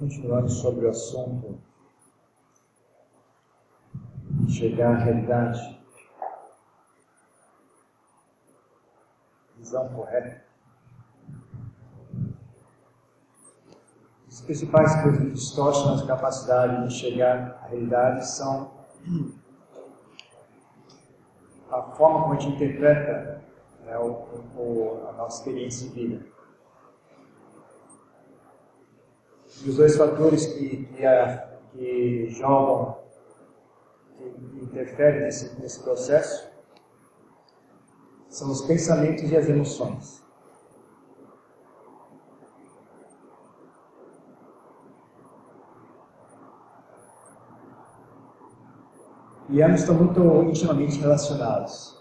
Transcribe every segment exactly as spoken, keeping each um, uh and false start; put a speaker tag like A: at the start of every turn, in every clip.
A: continuando sobre o assunto de chegar à realidade, visão correta. As principais coisas que distorcem nossa capacidade de chegar à realidade são a forma como a gente interpreta, né, o, o, a nossa experiência de vida. E os dois fatores que, que, a, que jogam, que interferem nesse, nesse processo, são os pensamentos e as emoções. E ambos estão muito intimamente relacionados.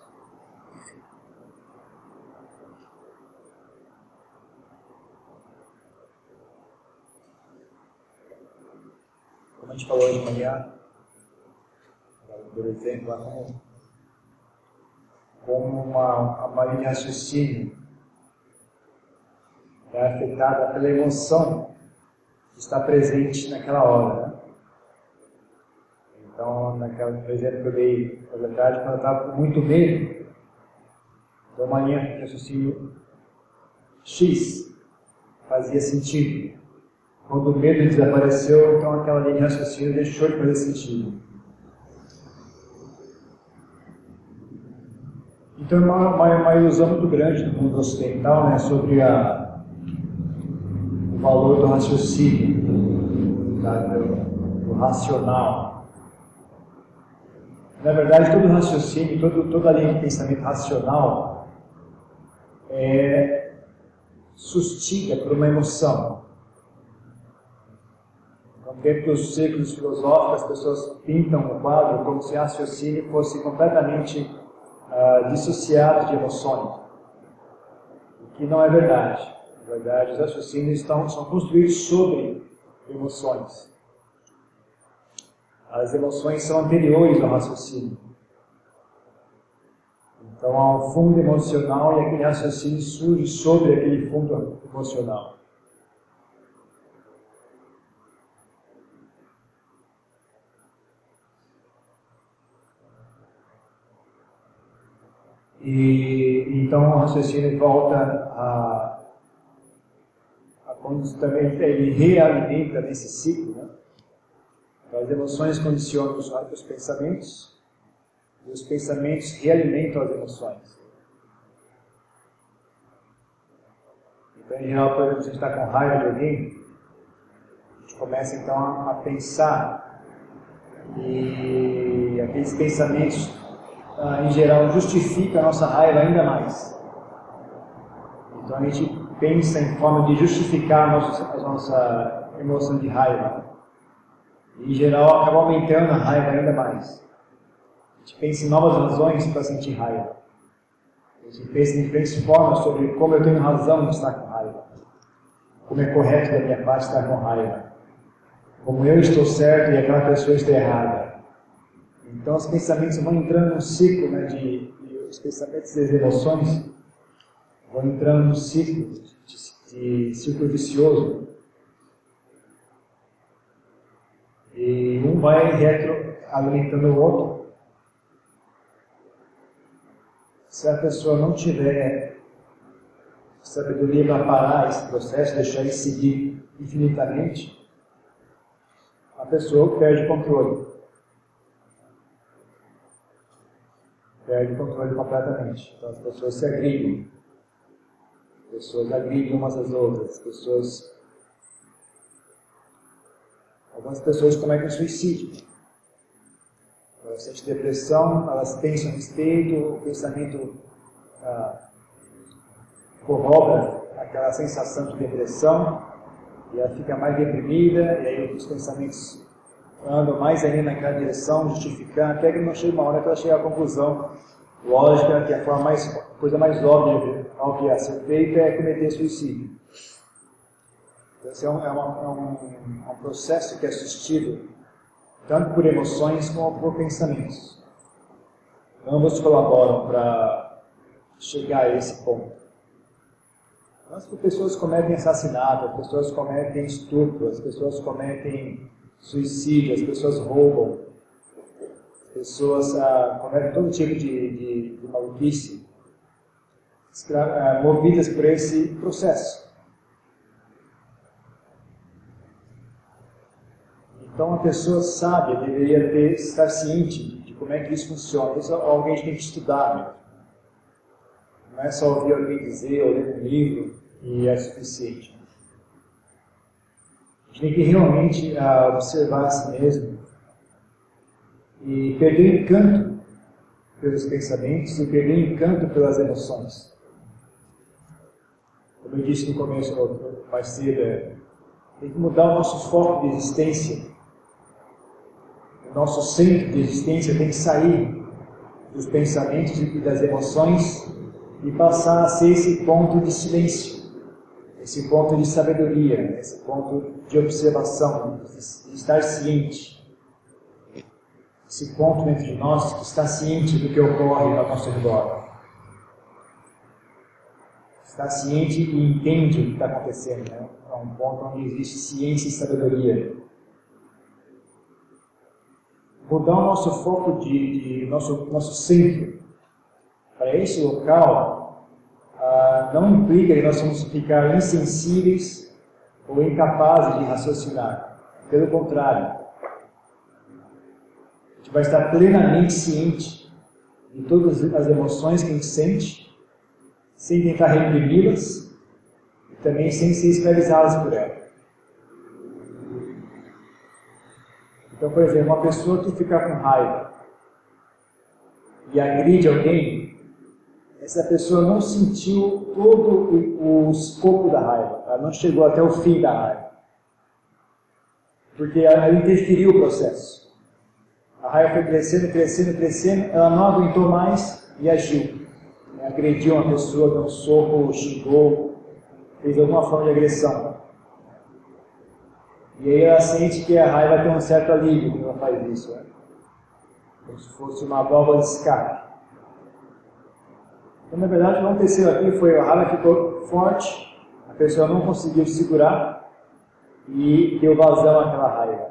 A: Como a gente falou hoje de manhã, por exemplo, como, como uma, uma linha de raciocínio é afetada pela emoção que está presente naquela hora, né? Então, naquela, por exemplo, que eu dei na verdade, quando eu estava com muito medo, então uma linha de raciocínio X fazia sentido. Quando o medo desapareceu, então aquela linha de raciocínio deixou de fazer sentido. Então, é uma, uma, uma ilusão muito grande no mundo ocidental, né, sobre a, o valor do raciocínio, tá, do, do racional. Na verdade, todo raciocínio, todo, toda a linha de pensamento racional é suscita por uma emoção. Então, dentro dos círculos filosóficos, as pessoas pintam o quadro como se o raciocínio fosse completamente uh, dissociado de emoções. O que não é verdade. Na verdade, os raciocínios estão, são construídos sobre emoções. As emoções são anteriores ao raciocínio. Então há um fundo emocional e aquele raciocínio surge sobre aquele fundo emocional. E então o raciocínio volta a, a quando também ele realimenta nesse ciclo, né? Então, as emoções condicionam os, os pensamentos e os pensamentos realimentam as emoções. Então, em geral, por exemplo, se a gente está com raiva de alguém, a gente começa então a, a pensar e aqueles pensamentos, ah, em geral, justificam a nossa raiva ainda mais. Então, a gente pensa em forma de justificar a nossa, a nossa emoção de raiva. E, em geral, acaba aumentando a raiva ainda mais. A gente pensa em novas razões para sentir raiva. A gente pensa em diferentes formas sobre como eu tenho razão de estar com raiva. Como é correto da minha parte estar com raiva. Como eu estou certo e aquela pessoa está errada. Então, os pensamentos vão entrando num ciclo, né, de, de os pensamentos e as emoções vão entrando num ciclo de, de círculo vicioso. E um vai retroalimentando o outro. Se a pessoa não tiver sabedoria para parar esse processo, deixar ele seguir infinitamente, a pessoa perde o controle. Perde o controle completamente. Então as pessoas se agridem. As pessoas agridem umas às outras. As pessoas... Algumas pessoas cometem suicídio. Elas sentem depressão, elas pensam a respeito, o pensamento ah, corrobora aquela sensação de depressão, e ela fica mais deprimida, e aí os pensamentos andam mais ainda naquela direção, justificando, até que não chega uma hora que ela chega à conclusão lógica que a forma mais, a coisa mais óbvia, óbvia a ser feita é cometer suicídio. Esse é um, é, uma, é, um, é um processo que é assistido tanto por emoções como por pensamentos. Ambos colaboram para chegar a esse ponto. As pessoas cometem assassinato, as pessoas cometem estupro, as pessoas cometem suicídio, as pessoas roubam, as pessoas ah, cometem todo tipo de, de, de maluquice, ah, movidas por esse processo. Então, a pessoa sábia deveria ter, estar ciente de, de como é que isso funciona. Isso alguém tem que estudar mesmo. Não é só ouvir alguém dizer ou ler um livro e é suficiente. A gente tem que realmente uh, observar a si mesmo e perder o encanto pelos pensamentos e perder o encanto pelas emoções. Como eu disse no começo, mais cedo, é, tem que mudar o nosso foco de existência. O nosso centro de existência tem que sair dos pensamentos e das emoções e passar a ser esse ponto de silêncio, esse ponto de sabedoria, esse ponto de observação, de estar ciente. Esse ponto dentro de nós que está ciente do que ocorre ao nosso redor. Está ciente e entende o que está acontecendo. Né? É um ponto onde existe ciência e sabedoria. Mudar o nosso foco de, de nosso, nosso centro para esse local ah, não implica que nós vamos ficar insensíveis ou incapazes de raciocinar. Pelo contrário, a gente vai estar plenamente ciente de todas as emoções que a gente sente, sem tentar reprimi-las e também sem ser escravizá-las por elas. Então, por exemplo, uma pessoa que fica com raiva e agride alguém, essa pessoa não sentiu todo o, o escopo da raiva, ela não chegou até o fim da raiva, porque ela interferiu o processo. A raiva foi crescendo, crescendo, crescendo, ela não aguentou mais e agiu. Agrediu uma pessoa, deu um soco, xingou, fez alguma forma de agressão. E aí ela sente que a raiva tem um certo alívio quando ela faz isso. Né? Como se fosse uma válvula de escape. Então, na verdade, o que aconteceu aqui foi a raiva ficou forte, a pessoa não conseguiu segurar e deu vazão àquela raiva.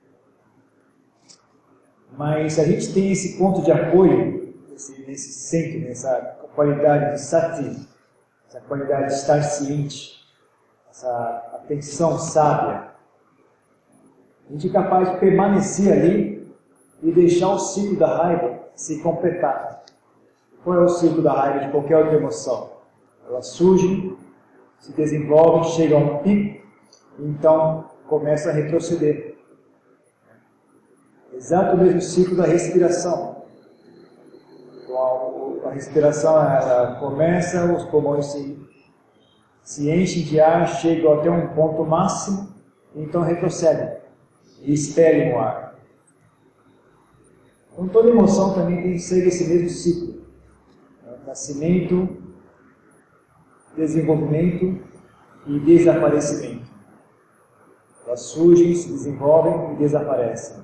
A: Mas se a gente tem esse ponto de apoio, esse, nesse centro, nessa qualidade de sati, essa qualidade de estar ciente, essa atenção sábia, a gente é capaz de permanecer ali e deixar o ciclo da raiva se completar. Qual é o ciclo da raiva de qualquer outra emoção? Ela surge, se desenvolve, chega a um pico, e então começa a retroceder. Exato o mesmo ciclo da respiração. Então, a respiração ela começa, os pulmões se, se enchem de ar, chegam até um ponto máximo, e então retrocedem e expelem o ar. Então toda emoção também tem que seguir esse mesmo ciclo. Nascimento, desenvolvimento e desaparecimento. Elas surgem, se desenvolvem e desaparecem.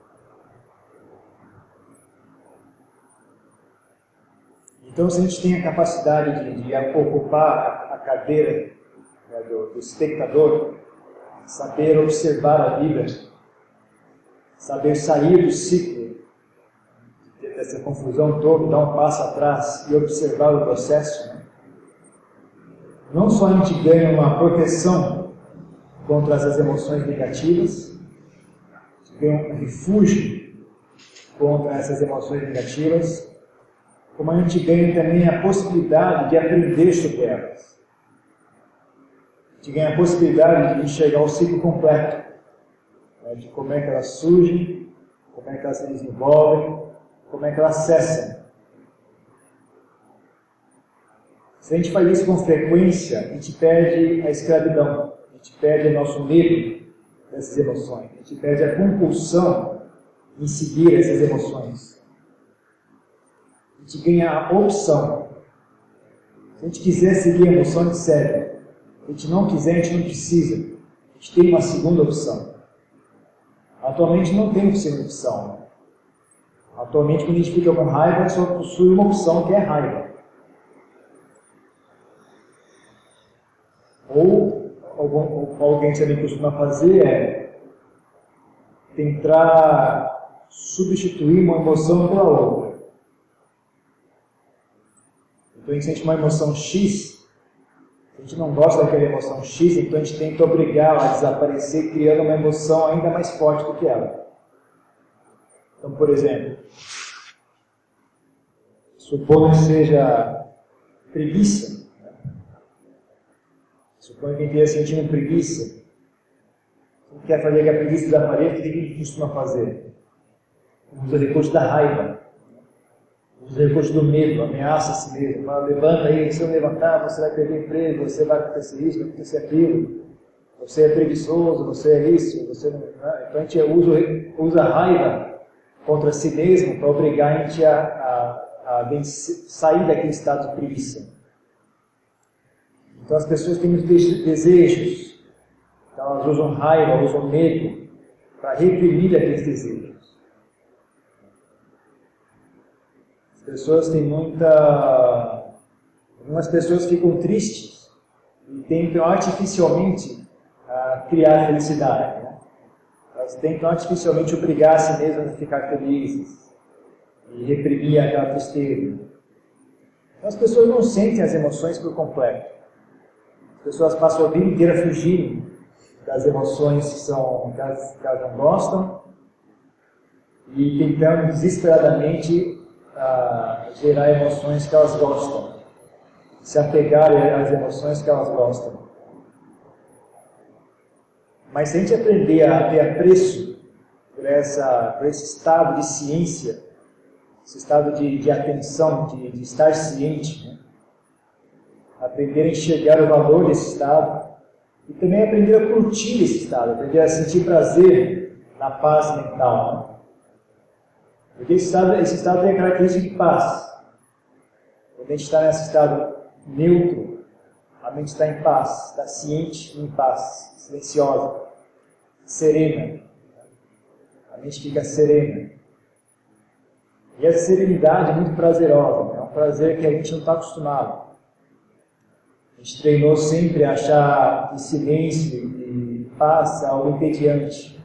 A: Então, se a gente tem a capacidade de, de ocupar a cadeira, né, do, do espectador, saber observar a vida, saber sair do ciclo, dessa confusão toda, dar um passo atrás e observar o processo, né? Não só a gente ganha uma proteção contra essas emoções negativas, a gente ganha um refúgio contra essas emoções negativas, como a gente ganha também a possibilidade de aprender sobre elas. A gente ganha a possibilidade de enxergar o ciclo completo, né, de como é que elas surgem, como é que elas se desenvolvem, como é que elas cessam. Se a gente faz isso com frequência, a gente perde a escravidão, a gente perde o nosso medo dessas emoções, a gente perde a compulsão em seguir essas emoções. A gente ganha a opção. Se a gente quiser seguir a emoção, a gente segue. Se a gente não quiser, a gente não precisa. A gente tem uma segunda opção. Atualmente não tem uma segunda opção. Atualmente, quando a gente fica com raiva, só possui uma opção que é raiva. Ou, ou, ou algo que a gente também costuma fazer é tentar substituir uma emoção pela outra. Então a gente sente uma emoção X, a gente não gosta daquela emoção X, então a gente tenta obrigá-la a desaparecer, criando uma emoção ainda mais forte do que ela. Então, por exemplo, supondo que seja preguiça. Supondo que a gente esteja sentindo preguiça. Se não quer fazer que a preguiça desapareça, o que a gente costuma fazer? Usa o recurso da raiva. Usa o recurso do medo, ameaça a si mesmo. Fala, levanta aí, se eu levantar, você vai perder emprego, você vai acontecer isso, vai acontecer aquilo. Você é preguiçoso, você é isso, você não... Então a gente usa, usa a raiva contra si mesmo para obrigar a gente a, a, a vencer, sair daquele estado de preguiça. Então as pessoas têm muitos desejos, então elas usam raiva, usam medo para reprimir aqueles desejos. As pessoas têm muita... Algumas pessoas ficam tristes e tentam artificialmente uh, criar felicidade. Né? Elas tentam artificialmente obrigar a si mesmas a ficar felizes e reprimir aquela tristeza. Então as pessoas não sentem as emoções por completo. As pessoas passam a vida inteira fugindo das emoções que, são, que, elas, que elas não gostam e tentando desesperadamente uh, gerar emoções que elas gostam, se apegar às emoções que elas gostam. Mas se a gente aprender a ter apreço por, essa, por esse estado de ciência, esse estado de, de atenção, de, de estar ciente, né? Aprender a enxergar o valor desse estado e também aprender a curtir esse estado, aprender a sentir prazer na paz mental. Né? Porque esse estado, esse estado tem a característica de paz. Quando a gente está nesse estado neutro, a mente está em paz, está ciente e em paz, silenciosa, serena. A mente fica serena. E essa serenidade é muito prazerosa, é um prazer que a gente não está acostumado. A gente treinou sempre a achar que silêncio e paz algo entediante.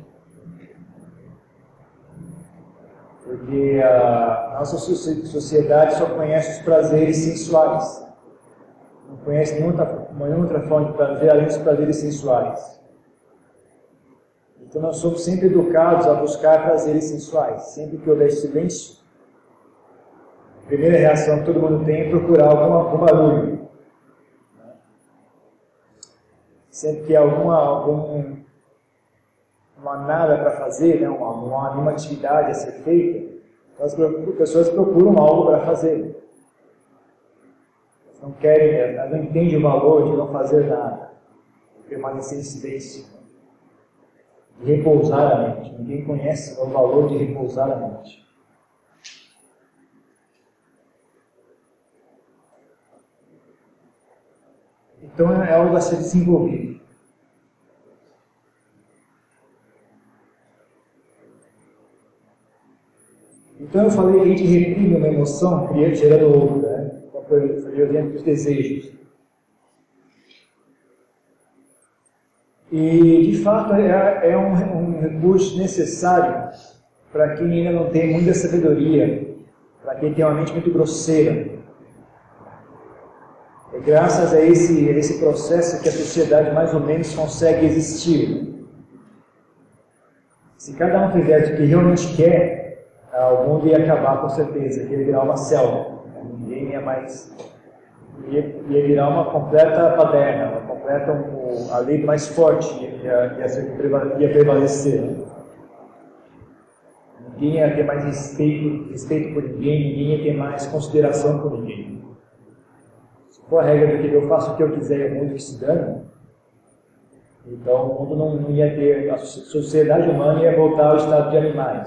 A: Porque a nossa sociedade só conhece os prazeres sensuais. Não conhece nenhuma outra, nenhuma outra fonte de prazer além dos prazeres sensuais. Então nós somos sempre educados a buscar prazeres sensuais. Sempre que houver silêncio, a primeira reação que todo mundo tem é procurar algum, algum barulho. Sempre que há alguma, algum, uma nada para fazer, né, uma, uma, uma atividade a ser feita, as pessoas procuram algo para fazer. Elas não querem, elas não entendem o valor de não fazer nada, de permanecer em silêncio, de repousar a mente. Ninguém conhece o valor de repousar a mente. Então é algo a ser desenvolvido. Então eu falei que a gente reprime uma emoção gerando outra, né? Então foi o exemplo dos desejos. E de fato é, é um, um recurso necessário para quem ainda não tem muita sabedoria, para quem tem uma mente muito grosseira. É graças a esse, a esse processo que a sociedade mais ou menos consegue existir. Se cada um fizesse o que realmente quer, o mundo ia acabar com certeza, ia virar uma selva. Ninguém ia mais... ia, ia virar uma completa paderna, uma completa, um, a lei mais forte ia, ia, ser, ia prevalecer. Ninguém ia ter mais respeito, respeito por ninguém, ninguém ia ter mais consideração por ninguém. For a regra do que eu faço o que eu quiser e o mundo que se dane, então o mundo não, não ia ter, a sociedade humana ia voltar ao estado de animais.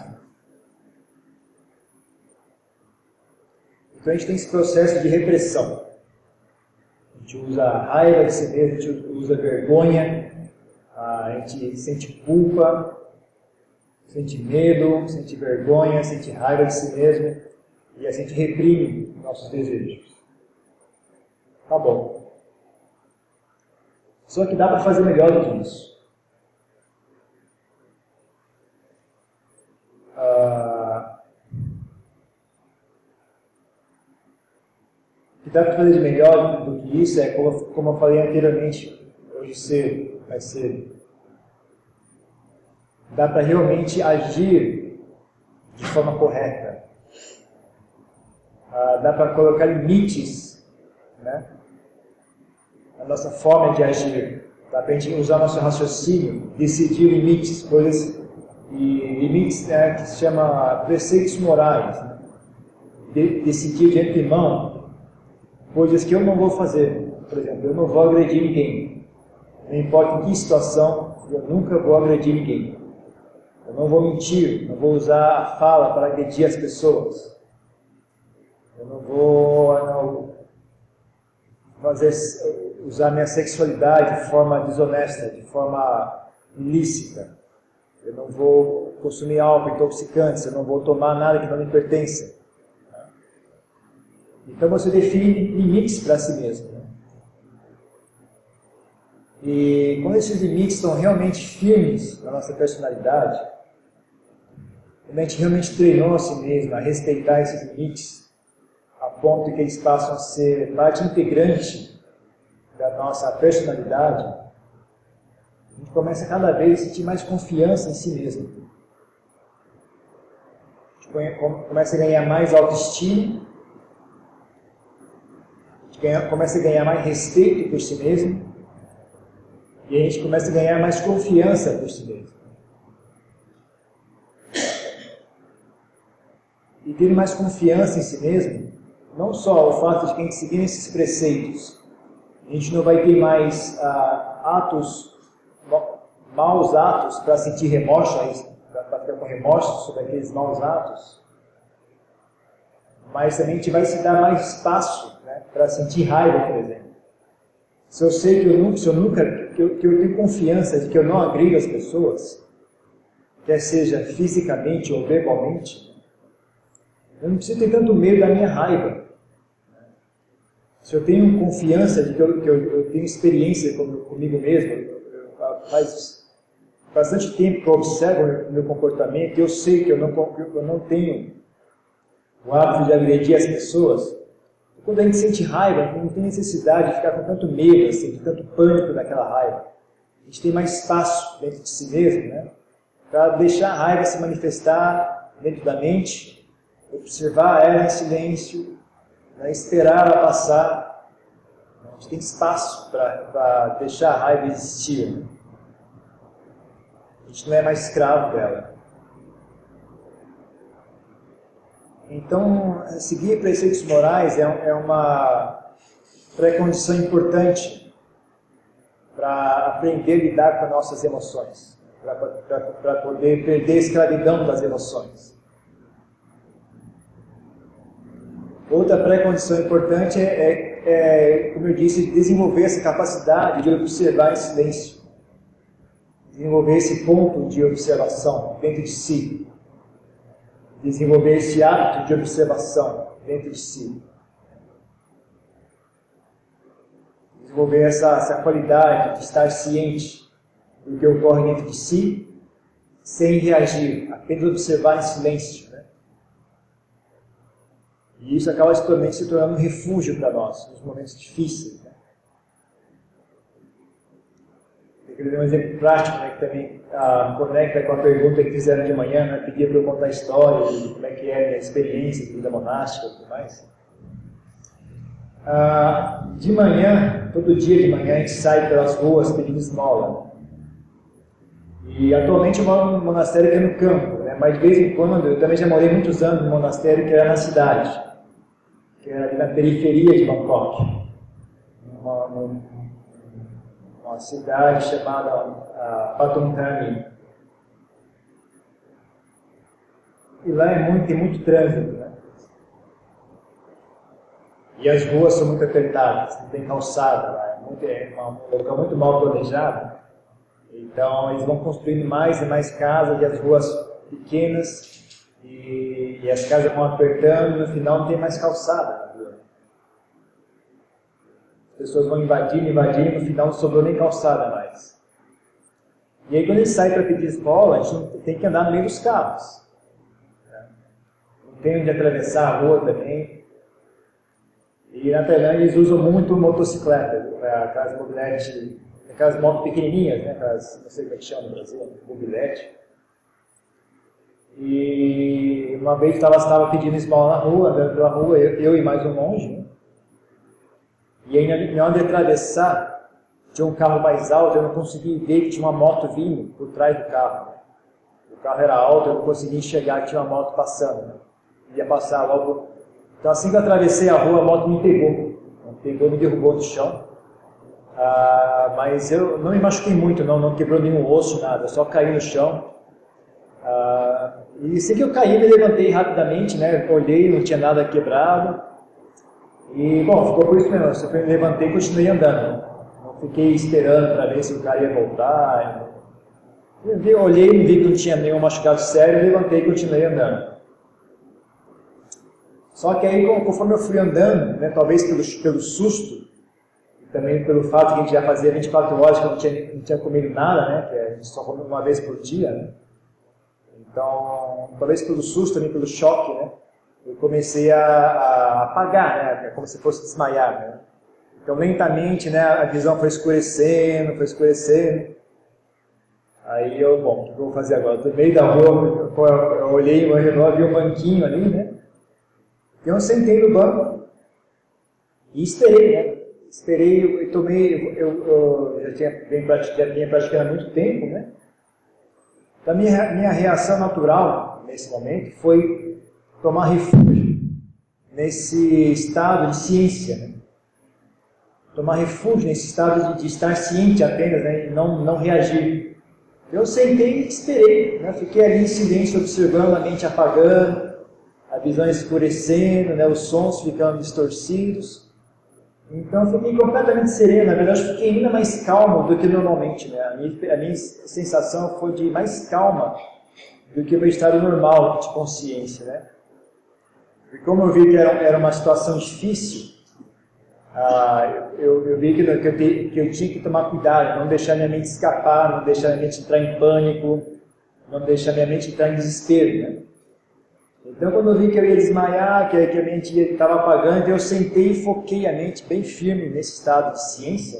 A: Então a gente tem esse processo de repressão. A gente usa a raiva de si mesmo, a gente usa vergonha, a gente sente culpa, sente medo, sente vergonha, sente raiva de si mesmo e a gente reprime nossos desejos. Tá bom. Só que dá para fazer melhor do que isso. Ah, o que dá para fazer de melhor do que isso é, como, como eu falei anteriormente, hoje cedo, mais cedo, dá para realmente agir de forma correta. Ah, dá para colocar limites, né, na nossa forma de agir. Dá para a gente usar nosso raciocínio, decidir limites, coisas, e limites, né, que se chama preceitos morais. Né? De, decidir de antemão coisas que eu não vou fazer. Por exemplo, eu não vou agredir ninguém. Não importa em que situação, eu nunca vou agredir ninguém. Eu não vou mentir, não vou usar a fala para agredir as pessoas. Eu não vou não, fazer, usar minha sexualidade de forma desonesta, de forma ilícita. Eu não vou consumir álcool, intoxicantes, eu não vou tomar nada que não me pertence. Então você define limites para si mesmo. Né? E quando esses limites estão realmente firmes na nossa personalidade, quando a gente realmente treinou a si mesmo a respeitar esses limites, a ponto de que eles passam a ser parte integrante da nossa personalidade, a gente começa cada vez a sentir mais confiança em si mesmo. A gente começa a ganhar mais autoestima, a gente ganha, começa a ganhar mais respeito por si mesmo, e a gente começa a ganhar mais confiança por si mesmo. E ter mais confiança em si mesmo, não só o fato de que a gente seguir esses preceitos, a gente não vai ter mais ah, atos, maus atos para sentir remorso, para ficar com remorso sobre aqueles maus atos, mas também a gente vai se dar mais espaço, né, para sentir raiva, por exemplo. Se eu sei que eu nunca, se eu, nunca que, eu, que eu tenho confiança de que eu não agrido as pessoas, quer seja fisicamente ou verbalmente, eu não preciso ter tanto medo da minha raiva. Se eu tenho confiança de que eu, que eu, eu tenho experiência com, comigo mesmo, eu, eu, faz bastante tempo que eu observo o meu comportamento, e eu sei que eu não, eu não tenho o hábito de agredir as pessoas. Quando a gente sente raiva, não tem necessidade de ficar com tanto medo, assim, de tanto pânico daquela raiva. A gente tem mais espaço dentro de si mesmo, né, para deixar a raiva se manifestar dentro da mente, observar ela em silêncio, né, esperar ela passar. A gente tem espaço para deixar a raiva existir. Né? A gente não é mais escravo dela. Então, seguir preceitos morais é, é uma pré-condição importante para aprender a lidar com as nossas emoções, para poder perder a escravidão das emoções. Outra pré-condição importante é, é, é, como eu disse, desenvolver essa capacidade de observar em silêncio. Desenvolver esse ponto de observação dentro de si. Desenvolver esse hábito de observação dentro de si. Desenvolver essa, essa qualidade de estar ciente do que ocorre dentro de si, sem reagir, apenas observar em silêncio. Né? E isso acaba se tornando, se tornando um refúgio para nós, nos momentos difíceis. Né? Eu queria dar um exemplo prático, né, que também ah, conecta com a pergunta que fizeram de manhã, né, pedia para eu contar a história de como é que é a minha experiência de vida monástica e tudo mais. Ah, de manhã, todo dia de manhã, a gente sai pelas ruas pedindo esmola. E atualmente eu moro num monastério que é no campo, né, mas de vez em quando, eu também já morei muitos anos num monastério que era na cidade, que era ali na periferia de Bangkok, uma, uma, uma cidade chamada uh, Pathum Thani. E lá é muito, tem muito trânsito, né? E as ruas são muito apertadas, não tem calçada lá, é, muito, é um local muito mal planejado. Então eles vão construindo mais e mais casas, e as ruas pequenas, e, e as casas vão apertando, e no final não tem mais calçada. As pessoas vão invadindo, invadindo, no final não sobrou nem calçada mais. E aí quando a gente sai para pedir esmola, a gente tem que andar no meio dos carros. Não tem onde atravessar a rua também. E na Tailândia eles usam muito motocicleta, aquelas mobiletes, aquelas motos pequenininhas, né? Aquelas, não sei como é que chama no Brasil, mobilete. E uma vez eu estava pedindo esmola na rua, andando pela rua, eu, eu e mais um monge, né? E aí na hora de atravessar, tinha um carro mais alto, eu não consegui ver que tinha uma moto vindo por trás do carro. O carro era alto, eu não conseguia enxergar que tinha uma moto passando. Né? Ia passar logo. Então assim que eu atravessei a rua, a moto me pegou. Me pegou, me derrubou no chão. Ah, mas eu não me machuquei muito, não, não quebrou nenhum osso, nada. Eu só caí no chão. Ah, e assim que eu caí, me levantei rapidamente, né? Olhei, não tinha nada quebrado. E, bom, ficou por isso mesmo. Eu me levantei e continuei andando. Fiquei esperando para ver se o cara ia voltar. Eu olhei e vi que não tinha nenhum machucado sério, levantei e continuei andando. Só que aí, conforme eu fui andando, né, talvez pelo, pelo susto, e também pelo fato que a gente já fazia vinte e quatro horas que eu não tinha, não tinha comido nada, né, que a gente só come uma vez por dia, né? Então, talvez pelo susto, também pelo choque, né, eu comecei a, a apagar, né, como se fosse desmaiar, né? Então, lentamente, né, a visão foi escurecendo, foi escurecendo. Aí eu, bom, o que eu vou fazer agora? No meio da rua, eu olhei ao redor, vi um banquinho ali, né? Então eu sentei no banco e esperei, né? Esperei, eu tomei, eu, eu já tinha bem praticando, já vinha praticando há muito tempo, né? Então, a minha, minha reação natural, nesse momento, foi tomar refúgio nesse estado de ciência, né? Tomar refúgio nesse estado de, de estar ciente apenas, né, e não, não reagir. Eu sentei e esperei, né, fiquei ali em silêncio, observando a mente apagando, a visão escurecendo, né, os sons ficando distorcidos. Então eu fiquei completamente sereno, na verdade eu fiquei ainda mais calmo do que normalmente. Né? A, minha, a minha sensação foi de mais calma do que o meu estado normal de consciência. Né? E como eu vi que era, era uma situação difícil, Ah, eu, eu vi que eu, que, eu te, que eu tinha que tomar cuidado, não deixar minha mente escapar, não deixar minha mente entrar em pânico, não deixar minha mente entrar em desespero. Né? Então, quando eu vi que eu ia desmaiar, que, que a mente estava apagando, eu sentei e foquei a mente bem firme nesse estado de ciência.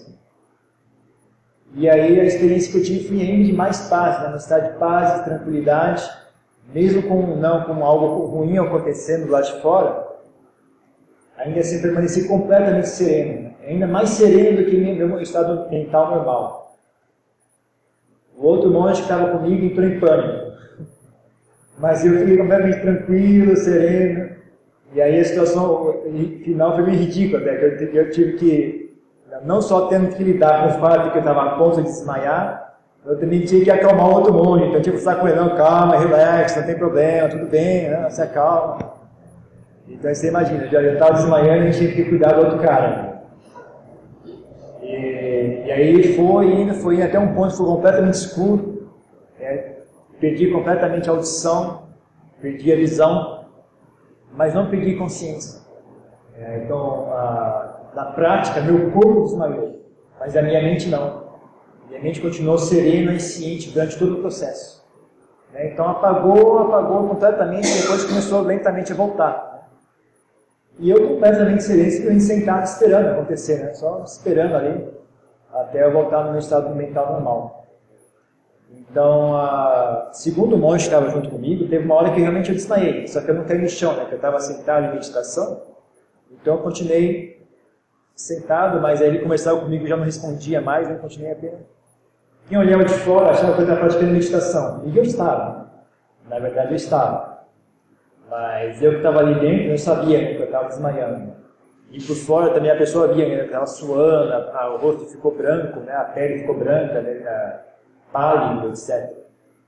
A: E aí a experiência que eu tive foi ainda de mais paz, né? Um estado de paz e tranquilidade, mesmo com, não, com algo ruim acontecendo lá de fora. Ainda assim permaneci completamente sereno, ainda mais sereno do que meu estado mental normal. O outro monge que estava comigo entrou em pânico, mas eu fiquei completamente tranquilo, sereno, e aí a situação final foi meio ridícula, até que eu tive que, não só tendo que lidar com o fato de que eu estava a ponto de desmaiar, eu também tinha que acalmar o outro monge, então eu tive que falar com ele, não, calma, relax, não tem problema, tudo bem, né? Se acalma. Então você imagina, já estava desmaiando e tinha que cuidar do outro cara. E, e aí foi indo, foi indo até um ponto que foi completamente escuro. É, perdi completamente a audição, perdi a visão, mas não perdi consciência. É, então, a, na prática, meu corpo desmaiou, mas a minha mente não. Minha mente continuou serena e ciente durante todo o processo. É, então apagou, apagou completamente e depois começou lentamente a voltar. E eu completamente sereno, simplesmente sentado esperando acontecer, né? Só esperando ali até eu voltar no meu estado mental normal. Então, a... segundo o monge que estava junto comigo, teve uma hora que realmente eu desmaiei, só que eu não caí no chão, né? Porque eu estava sentado em meditação, então eu continuei sentado, mas aí ele conversava comigo, já não respondia mais, né? Continuei apenas. Quem olhava de fora achava que eu estava praticando meditação, e eu estava, na verdade eu estava. Mas eu que estava ali dentro, eu sabia, né, que eu estava desmaiando. E por fora também a pessoa via, né, que estava suando, a, a, o rosto ficou branco, né, a pele ficou branca, né, a, pálido, etcétera.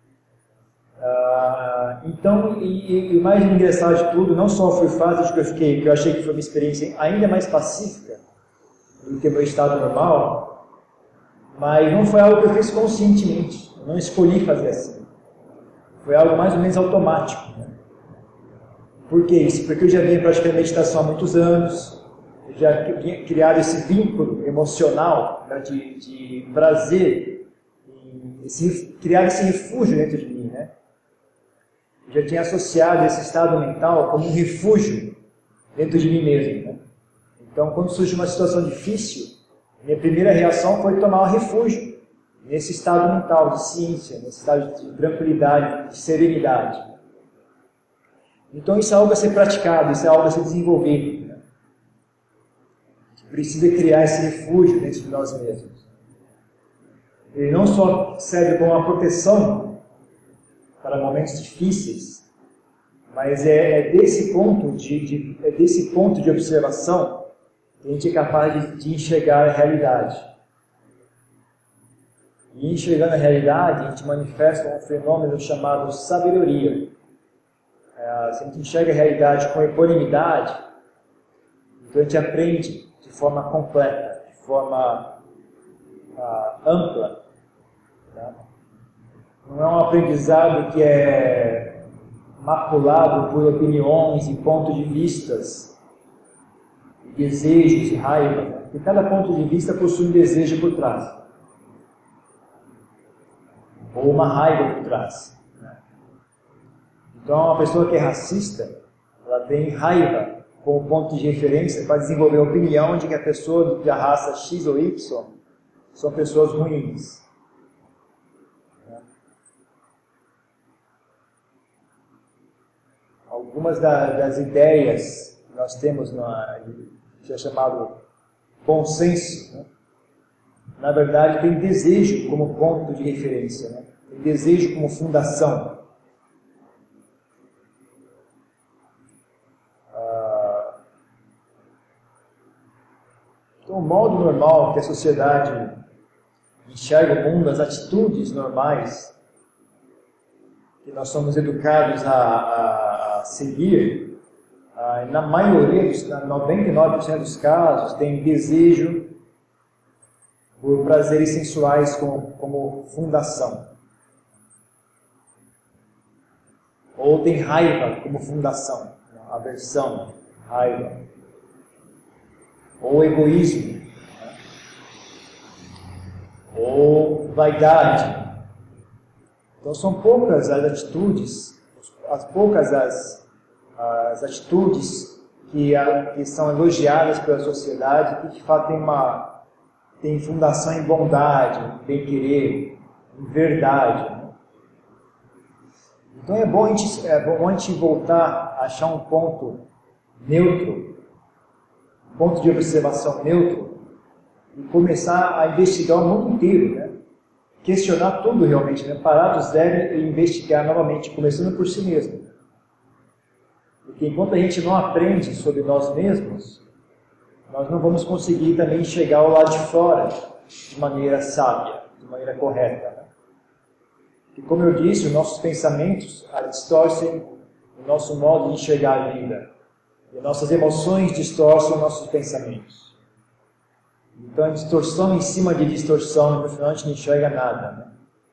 A: Ah, então, e, e o mais engraçado de tudo, não só foi o fato de que eu fiquei, que eu achei que foi uma experiência ainda mais pacífica do que o meu estado normal, mas não foi algo que eu fiz conscientemente, eu não escolhi fazer assim. Foi algo mais ou menos automático, né? Por que isso? Porque eu já vinha praticando meditação há muitos anos, já tinha criado esse vínculo emocional, né, de, de prazer, esse, criado esse refúgio dentro de mim, né? Eu já tinha associado esse estado mental como um refúgio dentro de mim mesmo, né? Então, quando surge uma situação difícil, minha primeira reação foi tomar um refúgio nesse estado mental de ciência, nesse estado de tranquilidade, de serenidade. Então, isso é algo a ser praticado, isso é algo a ser desenvolvido, né? A gente precisa criar esse refúgio dentro de nós mesmos. Ele não só serve como uma proteção para momentos difíceis, mas é, é, desse, ponto de, de, é desse ponto de observação que a gente é capaz de, de enxergar a realidade. E enxergando a realidade, a gente manifesta um fenômeno chamado sabedoria. É, se a gente enxerga a realidade com equanimidade, então a gente aprende de forma completa, de forma ah, ampla. Né? Não é um aprendizado que é maculado por opiniões e pontos de vistas, desejos e raiva, né? Porque cada ponto de vista possui um desejo por trás, ou uma raiva por trás, né? Então, uma pessoa que é racista, ela tem raiva como ponto de referência para desenvolver a opinião de que a pessoa da raça X ou Y são pessoas ruins. Algumas das ideias que nós temos na que é chamado bom senso, né? Na verdade tem desejo como ponto de referência, né? Tem desejo como fundação. Ah, então o modo normal que a sociedade enxerga o mundo, as atitudes normais que nós somos educados a, a, a seguir, ah, na maioria, dos, noventa e nove por cento dos casos, tem desejo por prazeres sensuais como, como fundação. Ou tem raiva como fundação, aversão, raiva. Ou egoísmo. Né? Ou vaidade. Então são poucas as atitudes, as poucas as as atitudes que, que são elogiadas pela sociedade, que de fato tem, uma, tem fundação em bondade, em bem-querer, em verdade. Né? Então é bom, a gente, é bom a gente voltar a achar um ponto neutro, um ponto de observação neutro, e começar a investigar o mundo inteiro, né? Questionar tudo realmente, né? Parar do zero e investigar novamente, começando por si mesmo. Porque enquanto a gente não aprende sobre nós mesmos, nós não vamos conseguir também chegar ao lado de fora de maneira sábia, de maneira correta. Né? E como eu disse, os nossos pensamentos distorcem o nosso modo de enxergar a vida. E nossas emoções distorcem os nossos pensamentos. Então é distorção em cima de distorção, e no final a gente não enxerga nada. Né?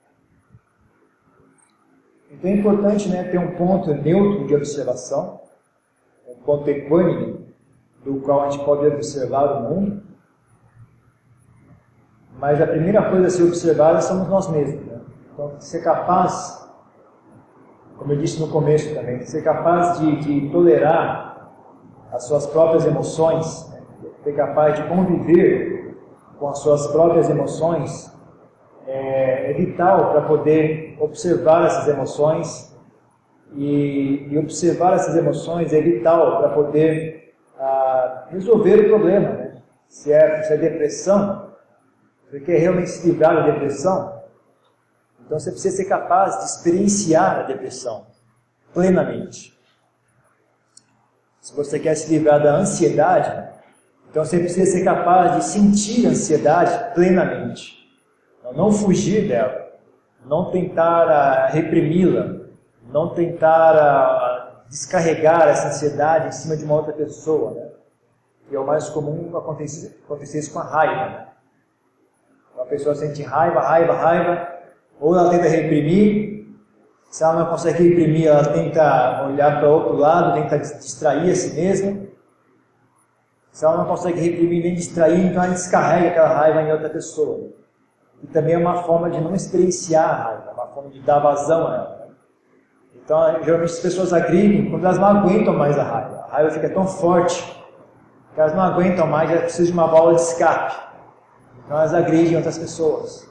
A: Então é importante, né, ter um ponto neutro de observação, um ponto equânime, do qual a gente pode observar o mundo. Mas a primeira coisa a ser observada somos nós mesmos. Né? Então, ser capaz, como eu disse no começo também, ser capaz de, de tolerar as suas próprias emoções, né? Ser capaz de conviver com as suas próprias emoções, é, é vital para poder observar essas emoções. E, e observar essas emoções é vital para poder ah, resolver o problema. Né? Se, é, se é depressão, você quer realmente se livrar da depressão, então você precisa ser capaz de experienciar a depressão plenamente. Se você quer se livrar da ansiedade, então você precisa ser capaz de sentir a ansiedade plenamente. Então, não fugir dela, não tentar ah, reprimi-la, não tentar uh, descarregar essa ansiedade em cima de uma outra pessoa, né? Que é o mais comum acontecer, acontecer isso com a raiva. Né? Uma pessoa sente raiva, raiva, raiva, ou ela tenta reprimir, se ela não consegue reprimir, ela tenta olhar para o outro lado, tenta distrair a si mesma. Se ela não consegue reprimir nem distrair, então ela descarrega aquela raiva em outra pessoa. E também é uma forma de não experienciar a raiva, é uma forma de dar vazão a ela. Então, geralmente as pessoas agridem quando elas não aguentam mais a raiva. A raiva fica tão forte que elas não aguentam mais, elas precisam de uma válvula de escape. Então elas agridem outras pessoas.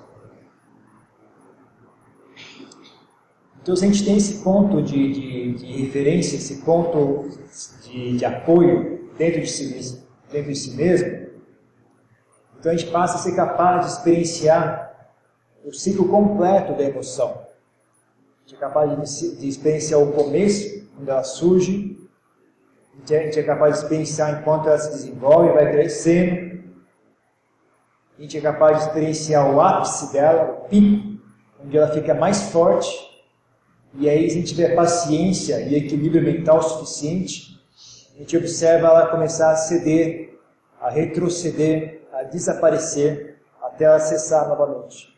A: Então, se a gente tem esse ponto de, de, de referência, esse ponto de, de apoio dentro de, si, dentro de si mesmo, então a gente passa a ser capaz de experienciar o ciclo completo da emoção. A gente é capaz de, de experienciar o começo, quando ela surge, a gente, é, a gente é capaz de experienciar enquanto ela se desenvolve, vai crescendo, a gente é capaz de experienciar o ápice dela, o pico, onde ela fica mais forte. E aí, se a gente tiver paciência e equilíbrio mental suficiente, a gente observa ela começar a ceder, a retroceder, a desaparecer, até ela cessar novamente.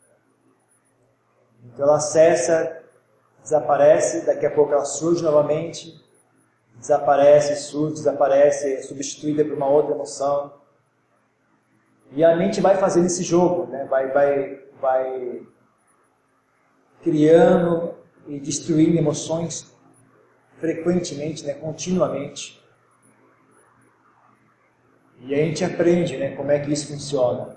A: Então ela cessa, desaparece, daqui a pouco ela surge novamente, desaparece, surge, desaparece, é substituída por uma outra emoção. E a mente vai fazendo esse jogo, né? vai, vai, vai criando e destruindo emoções frequentemente, né, continuamente. E aí a gente aprende, né, como é que isso funciona.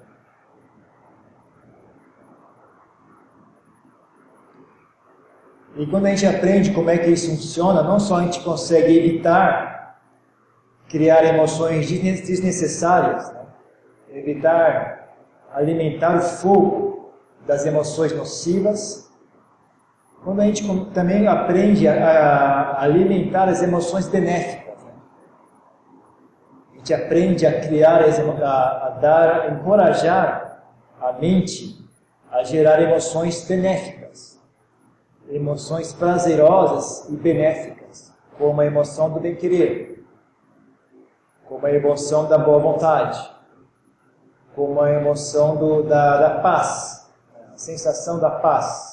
A: E quando a gente aprende como é que isso funciona, não só a gente consegue evitar criar emoções desnecessárias, né, evitar alimentar o fogo das emoções nocivas, quando a gente também aprende a, a alimentar as emoções benéficas, né? A gente aprende a criar, a, a dar, a encorajar a mente a gerar emoções benéficas, emoções prazerosas e benéficas, como a emoção do bem-querer, como a emoção da boa vontade, como a emoção do, da, da paz, a sensação da paz.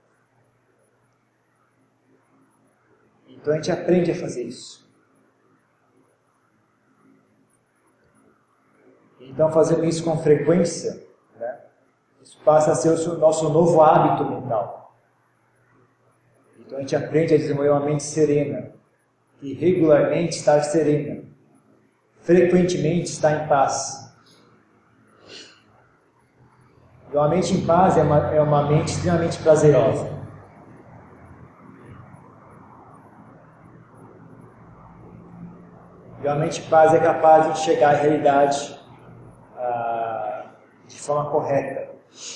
A: Então a gente aprende a fazer isso. Então, fazendo isso com frequência, né, isso passa a ser o nosso novo hábito mental. Então a gente aprende a desenvolver uma mente serena, e regularmente estar serena, frequentemente estar em paz. E uma mente em paz é uma, é uma mente extremamente prazerosa. Realmente paz é capaz de enxergar a realidade ah, de forma correta.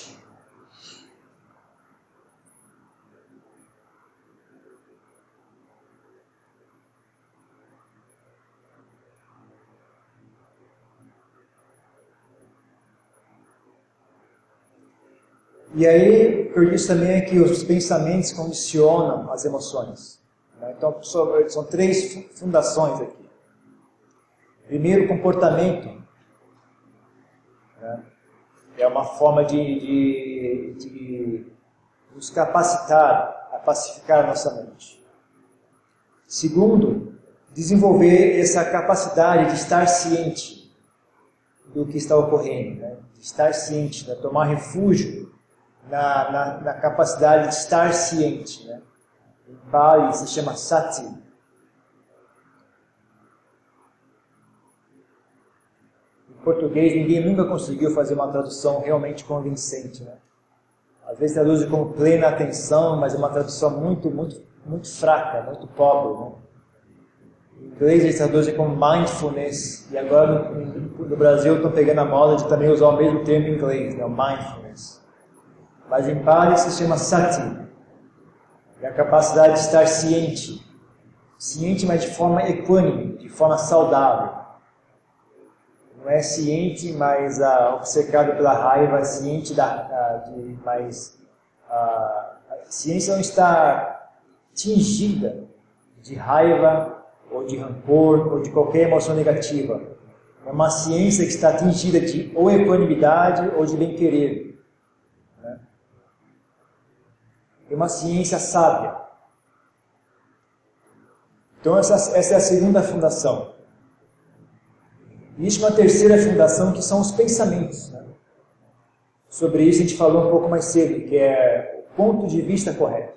A: E aí, por isso também é que os pensamentos condicionam as emoções. Então, são três fundações aqui. Primeiro, comportamento, né? É uma forma de, de, de nos capacitar a pacificar a nossa mente. Segundo, desenvolver essa capacidade de estar ciente do que está ocorrendo, né? De estar ciente, né? Tomar refúgio na, na, na capacidade de estar ciente, né? Em Pali se chama sati. Em português, ninguém nunca conseguiu fazer uma tradução realmente convincente, né? Às vezes traduz como plena atenção, mas é uma tradução muito, muito, muito fraca, muito pobre, né? Em inglês eles traduzem como mindfulness, e agora no, no Brasil estão pegando a moda de também usar o mesmo termo em inglês, né? Mindfulness. Mas em Pali se chama sati. É a capacidade de estar ciente. Ciente, mas de forma equânime, de forma saudável. Não é ciente, mas ah, obcecado pela raiva, ciente da, ah, de, mas ah, a ciência não está tingida de raiva, ou de rancor, ou de qualquer emoção negativa. É uma ciência que está tingida de ou equanimidade ou de bem-querer. Né? É uma ciência sábia. Então essa, essa é a segunda fundação. Existe uma terceira fundação que são os pensamentos, né? Sobre isso a gente falou um pouco mais cedo, que é o ponto de vista correto.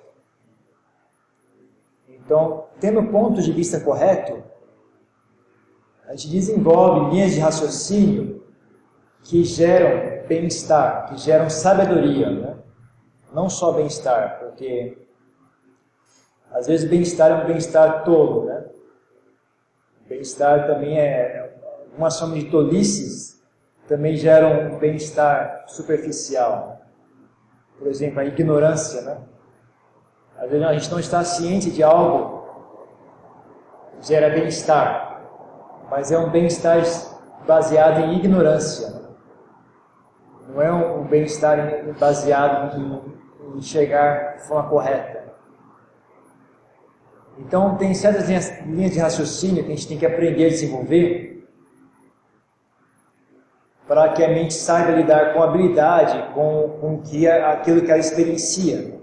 A: Então, tendo o ponto de vista correto, a gente desenvolve linhas de raciocínio que geram bem-estar, que geram sabedoria, né? Não só bem-estar, porque às vezes bem-estar é um bem-estar tolo, né? Bem-estar também é uma soma de tolices, também geram um bem-estar superficial. Por exemplo, a ignorância, né? Às vezes a gente não está ciente de algo, gera bem-estar, mas é um bem-estar baseado em ignorância. Não é um bem-estar baseado em enxergar de forma correta. Então, tem certas linhas de raciocínio que a gente tem que aprender a desenvolver para que a mente saiba lidar com habilidade, com, com que, aquilo que ela experiencia.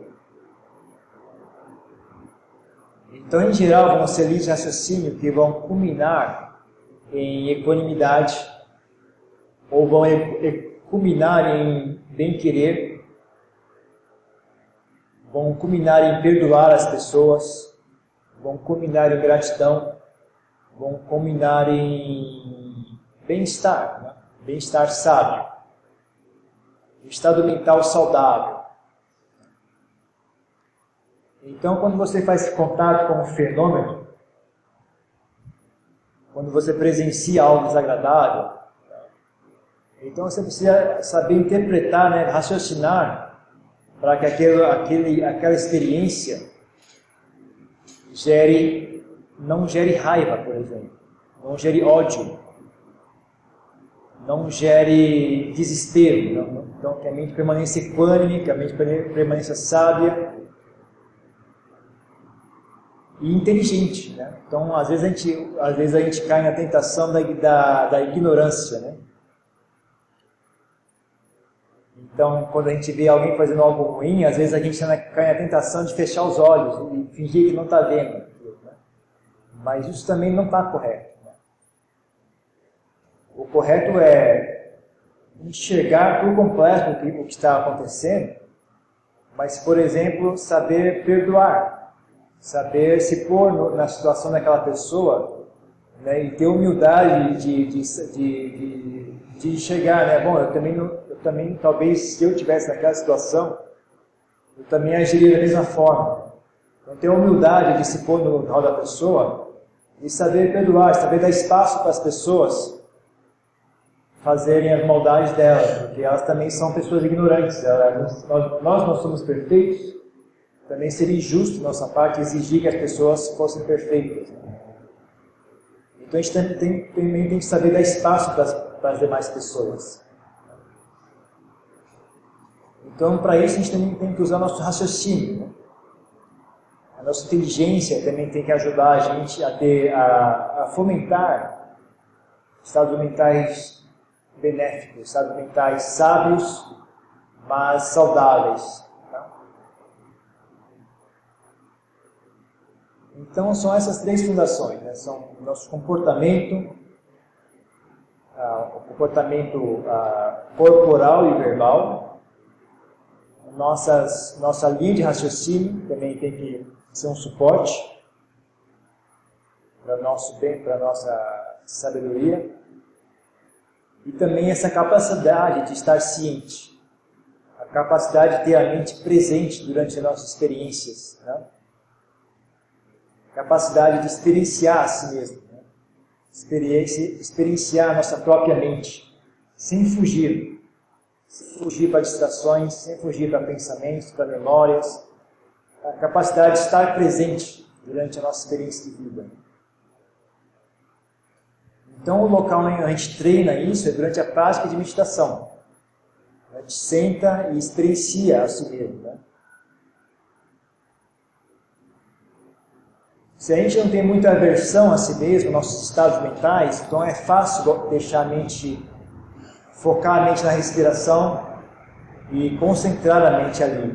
A: Então, em geral, vão ser linhas de raciocínio que vão culminar em equanimidade, ou vão culminar em bem-querer, vão culminar em perdoar as pessoas, vão culminar em gratidão, vão culminar em bem-estar, né? Bem-estar sábio, estado mental saudável. Então, quando você faz contato com um fenômeno, quando você presencia algo desagradável, então você precisa saber interpretar, né, raciocinar, para que aquele, aquele, aquela experiência gere, não gere raiva, por exemplo, não gere ódio, não gere desespero. Não, então, que a mente permaneça equânime, que a mente permaneça sábia e inteligente, né? Então, às vezes a gente, às vezes a gente cai na tentação da, da, da ignorância, né? Então, quando a gente vê alguém fazendo algo ruim, às vezes a gente cai na tentação de fechar os olhos e fingir que não está vendo, né? Mas isso também não está correto, né? O correto é enxergar por completo o que, o que está acontecendo, mas, por exemplo, saber perdoar, saber se pôr no, na situação daquela pessoa, né, e ter humildade de, de, de, de, de enxergar, né? Bom, eu também, não, eu também, talvez, se eu estivesse naquela situação, eu também agiria da mesma forma. Então, ter a humildade de se pôr no lugar da pessoa e saber perdoar, saber dar espaço para as pessoas fazerem as maldades delas, porque elas também são pessoas ignorantes. Elas, nós, nós não somos perfeitos, também seria injusto da nossa parte exigir que as pessoas fossem perfeitas. Então a gente também tem, também tem que saber dar espaço para as, para as demais pessoas. Então, para isso, a gente também tem que usar nosso raciocínio, né? A nossa inteligência também tem que ajudar a gente a, ter, a, a fomentar estados mentais benéficos, estados mentais sábios, mas saudáveis. Tá? Então, são essas três fundações, né? São o nosso comportamento, ah, o comportamento ah, corporal e verbal, nossas, nossa linha de raciocínio também tem que ser um suporte para o nosso bem, para a nossa sabedoria, e também essa capacidade de estar ciente, a capacidade de ter a mente presente durante as nossas experiências, né? Capacidade de experienciar a si mesmo, né? Experiência, experienciar a nossa própria mente, sem fugir, sem fugir para distrações, sem fugir para pensamentos, para memórias, a capacidade de estar presente durante a nossa experiência de vida. Então, o local onde a gente treina isso é durante a prática de meditação. A gente senta e experiencia a si mesmo, né? Se a gente não tem muita aversão a si mesmo, nossos estados mentais, então é fácil deixar a mente, focar a mente na respiração e concentrar a mente ali.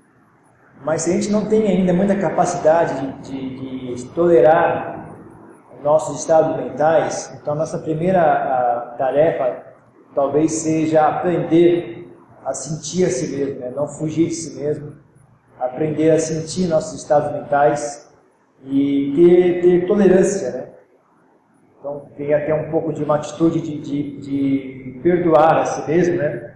A: Mas se a gente não tem ainda muita capacidade de, de, de tolerar nossos estados mentais, então a nossa primeira a, tarefa talvez seja aprender a sentir a si mesmo, né? Não fugir de si mesmo, aprender a sentir nossos estados mentais e ter, ter tolerância, né? Então tem até um pouco de uma atitude de, de, de perdoar a si mesmo, né?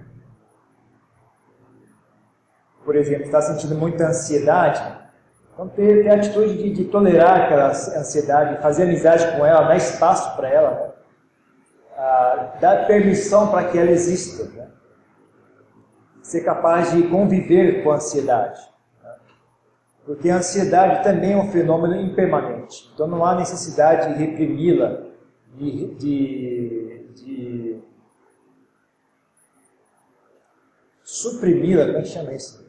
A: Por exemplo, está sentindo muita ansiedade, então ter, ter a atitude de, de tolerar aquela ansiedade, fazer amizade com ela, dar espaço para ela, né? Ah, dar permissão para que ela exista, né? Ser capaz de conviver com a ansiedade, né? Porque a ansiedade também é um fenômeno impermanente, então não há necessidade de reprimi-la, de, de, de suprimi-la, como é que chama isso?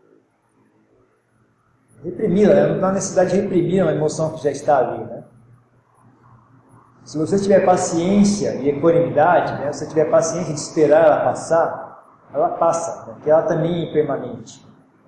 A: Reprimi-la, né? Não há necessidade de reprimir uma emoção que já está ali, né? Se você tiver paciência e equanimidade, né? Se você tiver paciência de esperar ela passar, ela passa, né? Porque ela também é impermanente.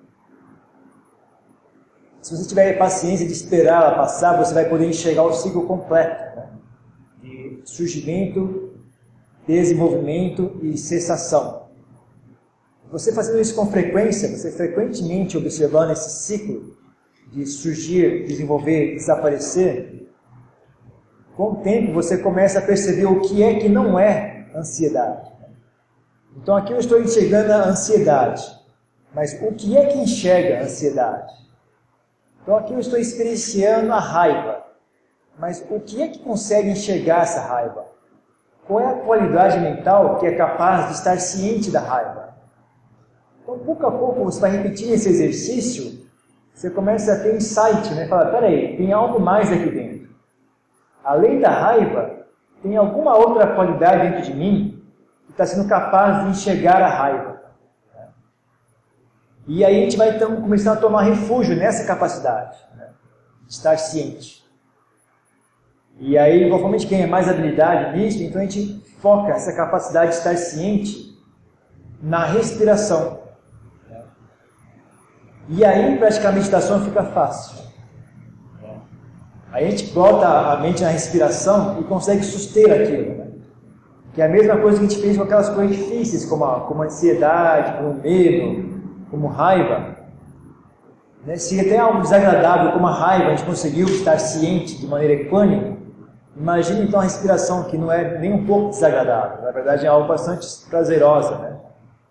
A: Se você tiver paciência de esperar ela passar, você vai poder enxergar o ciclo completo, né? De surgimento, desenvolvimento e cessação. Você fazendo isso com frequência, você frequentemente observando esse ciclo de surgir, desenvolver, desaparecer, com o tempo você começa a perceber o que é que não é ansiedade. Então aqui eu estou enxergando a ansiedade, mas o que é que enxerga a ansiedade? Então aqui eu estou experienciando a raiva, mas o que é que consegue enxergar essa raiva? Qual é a qualidade mental que é capaz de estar ciente da raiva? Então pouco a pouco você vai repetir esse exercício, você começa a ter insight, né? Fala, peraí, tem algo mais aqui dentro. Além da raiva, tem alguma outra qualidade dentro de mim que está sendo capaz de enxergar a raiva. E aí a gente vai então começar a tomar refúgio nessa capacidade, né? De estar ciente. E aí, conforme a gente ganha mais habilidade nisso, então a gente foca essa capacidade de estar ciente na respiração. E aí, praticar a meditação fica fácil. Aí a gente bota a mente na respiração e consegue suster aquilo, né? Que é a mesma coisa que a gente fez com aquelas coisas difíceis, como a, como a ansiedade, como o medo, como raiva. Né? Se até algo desagradável como a raiva a gente conseguiu estar ciente de maneira equânime, imagine então a respiração, que não é nem um pouco desagradável, na verdade é algo bastante prazerosa, né?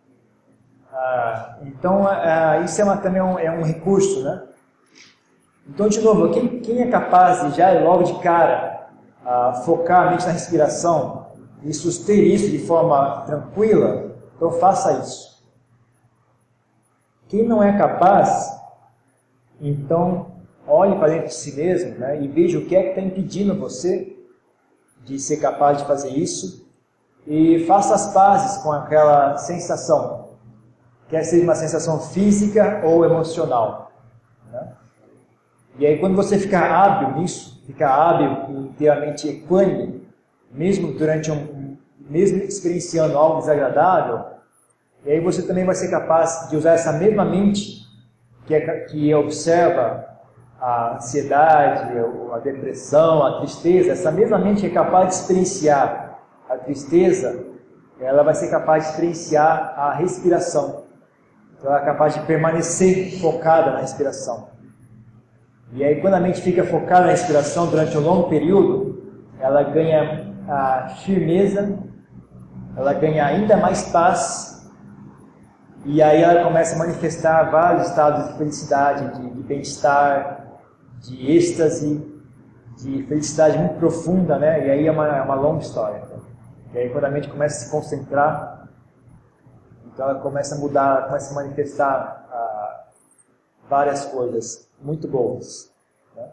A: Ah, então ah, isso é uma, também é um, é um recurso, né? Então, de novo, quem, quem é capaz de já logo de cara ah, focar a mente na respiração e suster isso de forma tranquila, então faça isso. Quem não é capaz, então olhe para dentro de si mesmo, né, e veja o que é que está impedindo você de ser capaz de fazer isso e faça as pazes com aquela sensação, quer seja uma sensação física ou emocional, né? E aí quando você ficar hábil nisso, ficar hábil e inteiramente equânime, mesmo durante um, mesmo experienciando algo desagradável, e aí você também vai ser capaz de usar essa mesma mente que, é, que observa a ansiedade, a depressão, a tristeza, essa mesma mente que é capaz de experienciar a tristeza, ela vai ser capaz de experienciar a respiração. Então ela é capaz de permanecer focada na respiração. E aí quando a mente fica focada na respiração durante um longo período, ela ganha a firmeza, ela ganha ainda mais paz, e aí ela começa a manifestar vários estados de felicidade, de, de bem-estar, de êxtase, de felicidade muito profunda, né? E aí é uma, é uma longa história. Né? E aí quando a mente começa a se concentrar, então ela começa a mudar, começa a manifestar ah, várias coisas muito boas. Né?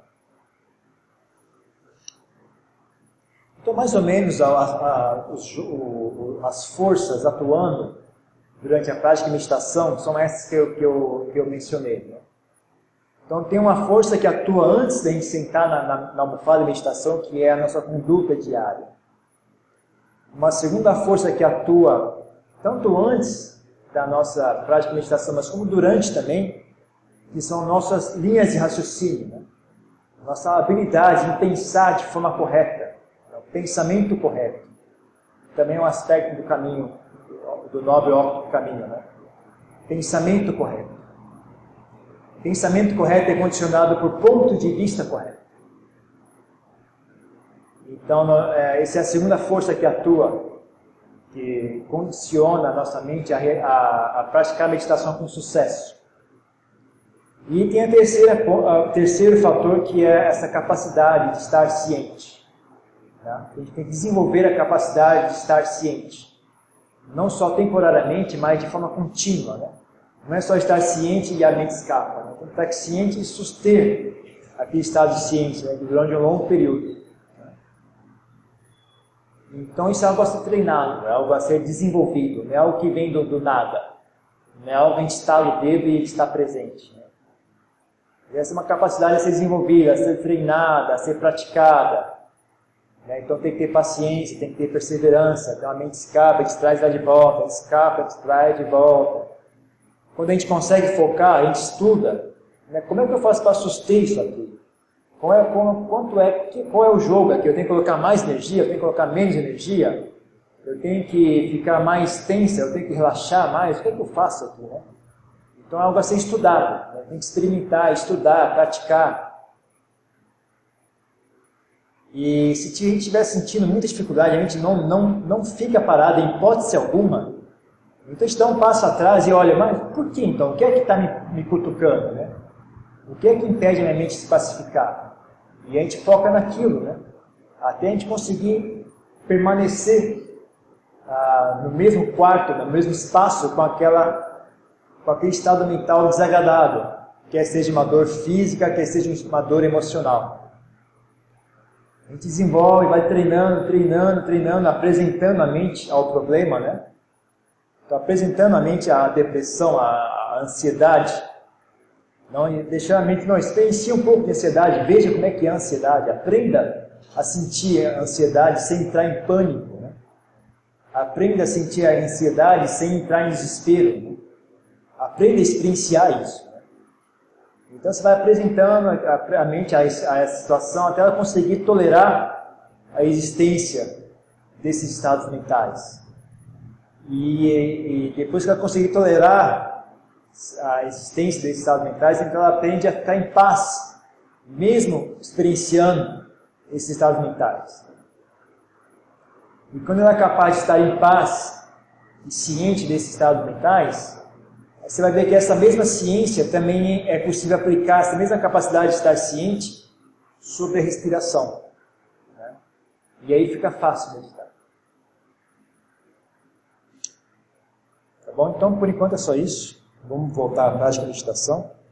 A: Então, mais ou menos, a, a, os, o, as forças atuando durante a prática de meditação são essas que eu, que eu, que eu mencionei. Né? Então, tem uma força que atua antes da gente sentar na, na, na almofada de meditação, que é a nossa conduta diária. Uma segunda força que atua tanto antes da nossa prática de meditação, mas como durante também, que são nossas linhas de raciocínio. Né? nossa habilidade em pensar de forma correta, o pensamento correto. Também é um aspecto do caminho, do nobre óptimo caminho, né? Pensamento correto. Pensamento correto é condicionado por ponto de vista correto. Então, essa é a segunda força que atua, que condiciona a nossa mente a, a, a praticar a meditação com sucesso. E tem a terceira, o terceiro fator, que é essa capacidade de estar ciente. Né? A gente tem que desenvolver a capacidade de estar ciente. Não só temporariamente, mas de forma contínua. Né? Não é só estar ciente e a mente escapa. Né? Tem que estar ciente e suster aquele estado de ciência, né? Durante um longo período. Né? Então isso é algo a ser treinado, é algo a ser desenvolvido, não é algo que vem do, do nada. Não é algo que a gente estala o dedo e está presente. Né? E essa é uma capacidade a ser desenvolvida, a ser treinada, a ser praticada. Né? Então tem que ter paciência, tem que ter perseverança. Então a mente escapa, distrai de volta, escapa, distrai de volta. Quando a gente consegue focar, a gente estuda. Né? Como é que eu faço para suster isso aqui? Qual é, qual, quanto é, qual é o jogo aqui? Eu tenho que colocar mais energia? Eu tenho que colocar menos energia? Eu tenho que ficar mais tensa? Eu tenho que relaxar mais? O que é que eu faço aqui? Né? Então é algo a ser estudado. Né? Tem que experimentar, estudar, praticar. E se a gente estiver sentindo muita dificuldade, a gente não, não, não fica parado em hipótese alguma. Então a gente dá um passo atrás e olha, mas por que então? O que é que está me, me cutucando? Né? O que é que impede a minha mente de se pacificar? E a gente foca naquilo, né? Até a gente conseguir permanecer ah, no mesmo quarto, no mesmo espaço, com, aquela, com aquele estado mental desagradável, quer seja uma dor física, quer seja uma dor emocional. A gente desenvolve, vai treinando, treinando, treinando, apresentando a mente ao problema, né? Então, apresentando a mente à depressão, à, à ansiedade. Não, deixando a mente, não, experiencie um pouco de ansiedade, veja como é que é a ansiedade, aprenda a sentir a ansiedade sem entrar em pânico. Né? Aprenda a sentir a ansiedade sem entrar em desespero. Né? Aprenda a experienciar isso. Né? Então você vai apresentando a, a mente a, a essa situação até ela conseguir tolerar a existência desses estados mentais. E, e depois que ela conseguir tolerar a existência desses estados mentais, então ela aprende a ficar em paz, mesmo experienciando esses estados mentais. E quando ela é capaz de estar em paz e ciente desses estados mentais, você vai ver que essa mesma ciência também é possível aplicar, essa mesma capacidade de estar ciente sobre a respiração. Né? E aí fica fácil meditar. Tá bom? Então, por enquanto é só isso. Vamos voltar à prática da meditação.